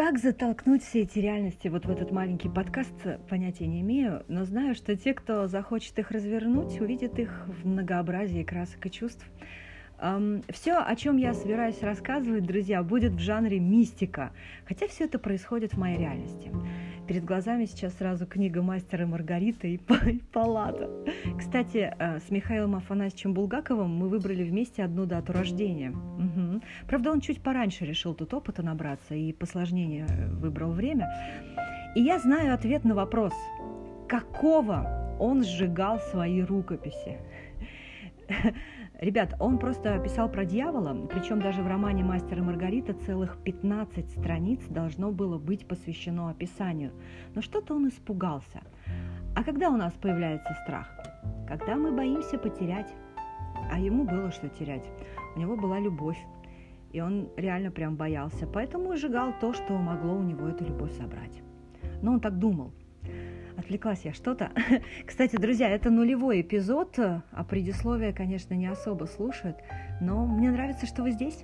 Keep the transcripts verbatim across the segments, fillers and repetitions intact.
Как затолкнуть все эти реальности вот в этот маленький подкаст, понятия не имею, но знаю, что те, кто захочет их развернуть, увидят их в многообразии красок и чувств. Эм, все, о чем я собираюсь рассказывать, друзья, будет в жанре мистика, хотя все это происходит в моей реальности. Перед глазами сейчас сразу книга «Мастер и Маргарита» и «Палата». Кстати, с Михаилом Афанасьевичем Булгаковым мы выбрали вместе одну дату рождения. Угу. Правда, он чуть пораньше решил тут опыта набраться и посложнее выбрал время. И я знаю ответ на вопрос, какого он сжигал свои рукописи. Ребят, он просто писал про дьявола, причем даже в романе «Мастер и Маргарита» целых пятнадцать страниц должно было быть посвящено описанию. Но что-то он испугался. А когда у нас появляется страх? Когда мы боимся потерять. А ему было что терять. У него была любовь. И он реально прям боялся. Поэтому и сжигал то, что могло у него эту любовь собрать. Но он так думал. Отвлеклась я что-то. Кстати, друзья, это нулевой эпизод, а предисловие, конечно, не особо слушают, но мне нравится, что вы здесь.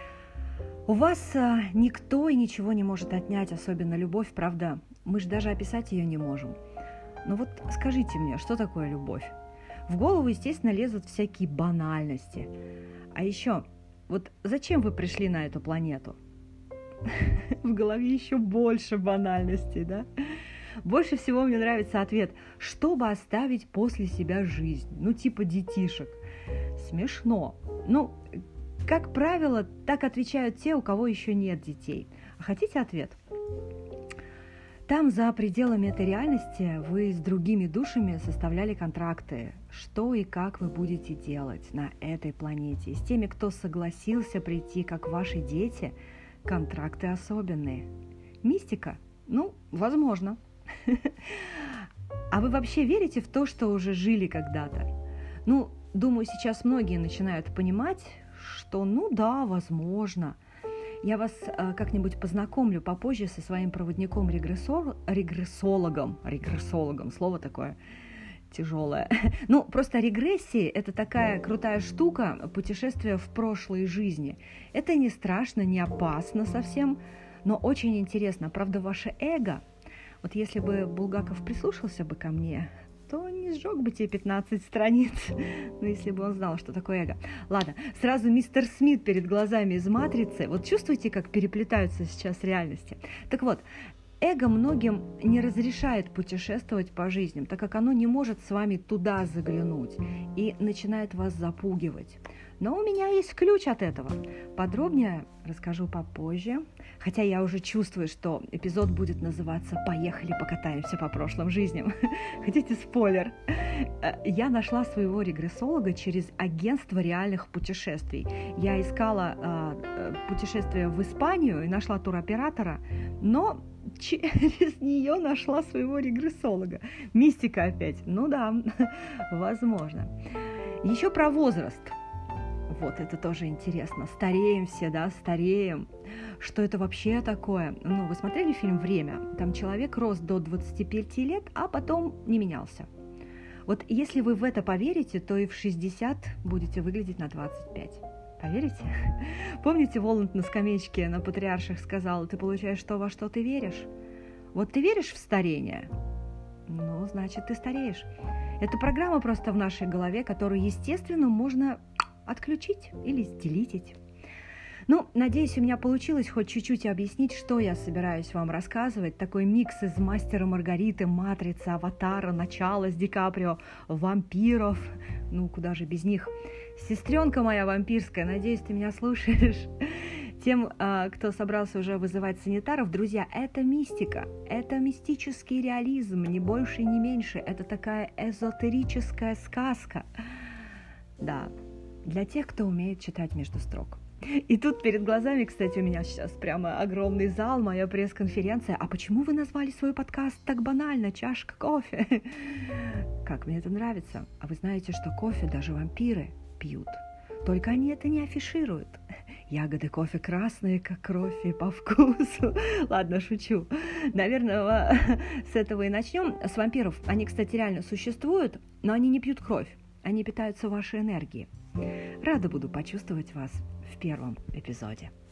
У вас а, никто и ничего не может отнять, особенно любовь, правда? Мы же даже описать ее не можем. Но вот скажите мне, что такое любовь? В голову, естественно, лезут всякие банальности. А еще, вот зачем вы пришли на эту планету? В голове еще больше банальностей, да? Больше всего мне нравится ответ, чтобы оставить после себя жизнь, ну типа детишек. Смешно. Ну, как правило, так отвечают те, у кого еще нет детей. А хотите ответ? Там, за пределами этой реальности, вы с другими душами составляли контракты, что и как вы будете делать на этой планете. И с теми, кто согласился прийти, как ваши дети, контракты особенные. Мистика? Ну, возможно. А вы вообще верите в то, что уже жили когда-то? Ну, думаю, сейчас многие начинают понимать, что ну да, возможно. Я вас э, как-нибудь познакомлю попозже со своим проводником-регрессор... регрессологом. Регрессологом, слово такое тяжелое. Ну, просто регрессии – это такая крутая штука, путешествие в прошлой жизни. Это не страшно, не опасно совсем, но очень интересно. Правда, ваше эго... Вот если бы Булгаков прислушался бы ко мне, то не сжег бы те пятнадцать страниц, ну, если бы он знал, что такое эго. Ладно, сразу мистер Смит перед глазами из «Матрицы». Вот чувствуете, как переплетаются сейчас реальности? Так вот, эго многим не разрешает путешествовать по жизням, так как оно не может с вами туда заглянуть и начинает вас запугивать. Но у меня есть ключ от этого. Подробнее расскажу попозже. Хотя я уже чувствую, что эпизод будет называться «Поехали покатаемся по прошлым жизням». Хотите спойлер? Я нашла своего регрессолога через агентство реальных путешествий. Я искала э, путешествие в Испанию и нашла туроператора, но через нее нашла своего регрессолога. Мистика опять. Ну да, возможно. Еще про возраст. Вот, это тоже интересно. Стареем все, да, стареем. Что это вообще такое? Ну, вы смотрели фильм «Время»? Там человек рос до двадцати пяти лет, а потом не менялся. Вот если вы в это поверите, то и в шестьдесят будете выглядеть на двадцать пять. Поверите? Помните, Воланд на скамеечке на Патриарших сказал, ты получаешь то, во что ты веришь? Вот ты веришь в старение? Ну, значит, ты стареешь. Это программа просто в нашей голове, которую, естественно, можно отключить или сделитить. Ну, надеюсь, у меня получилось хоть чуть-чуть объяснить, что я собираюсь вам рассказывать. Такой микс из «Мастера Маргариты», «Матрицы», «Аватара», «Начало» с Ди Каприо, «Вампиров». Ну, куда же без них. Сестренка моя вампирская, надеюсь, ты меня слушаешь. Тем, кто собрался уже вызывать санитаров, друзья, это мистика, это мистический реализм, ни больше, ни меньше. Это такая эзотерическая сказка. Да, для тех, кто умеет читать между строк. И тут перед глазами, кстати, у меня сейчас прямо огромный зал, моя пресс-конференция. А почему вы назвали свой подкаст так банально? Чашка кофе. Как мне это нравится. А вы знаете, что кофе даже вампиры пьют. Только они это не афишируют. Ягоды кофе красные, как кровь, и по вкусу. Ладно, шучу. Наверное, с этого и начнем. С вампиров. Они, кстати, реально существуют, но они не пьют кровь. Они питаются вашей энергией. Рада буду почувствовать вас в первом эпизоде.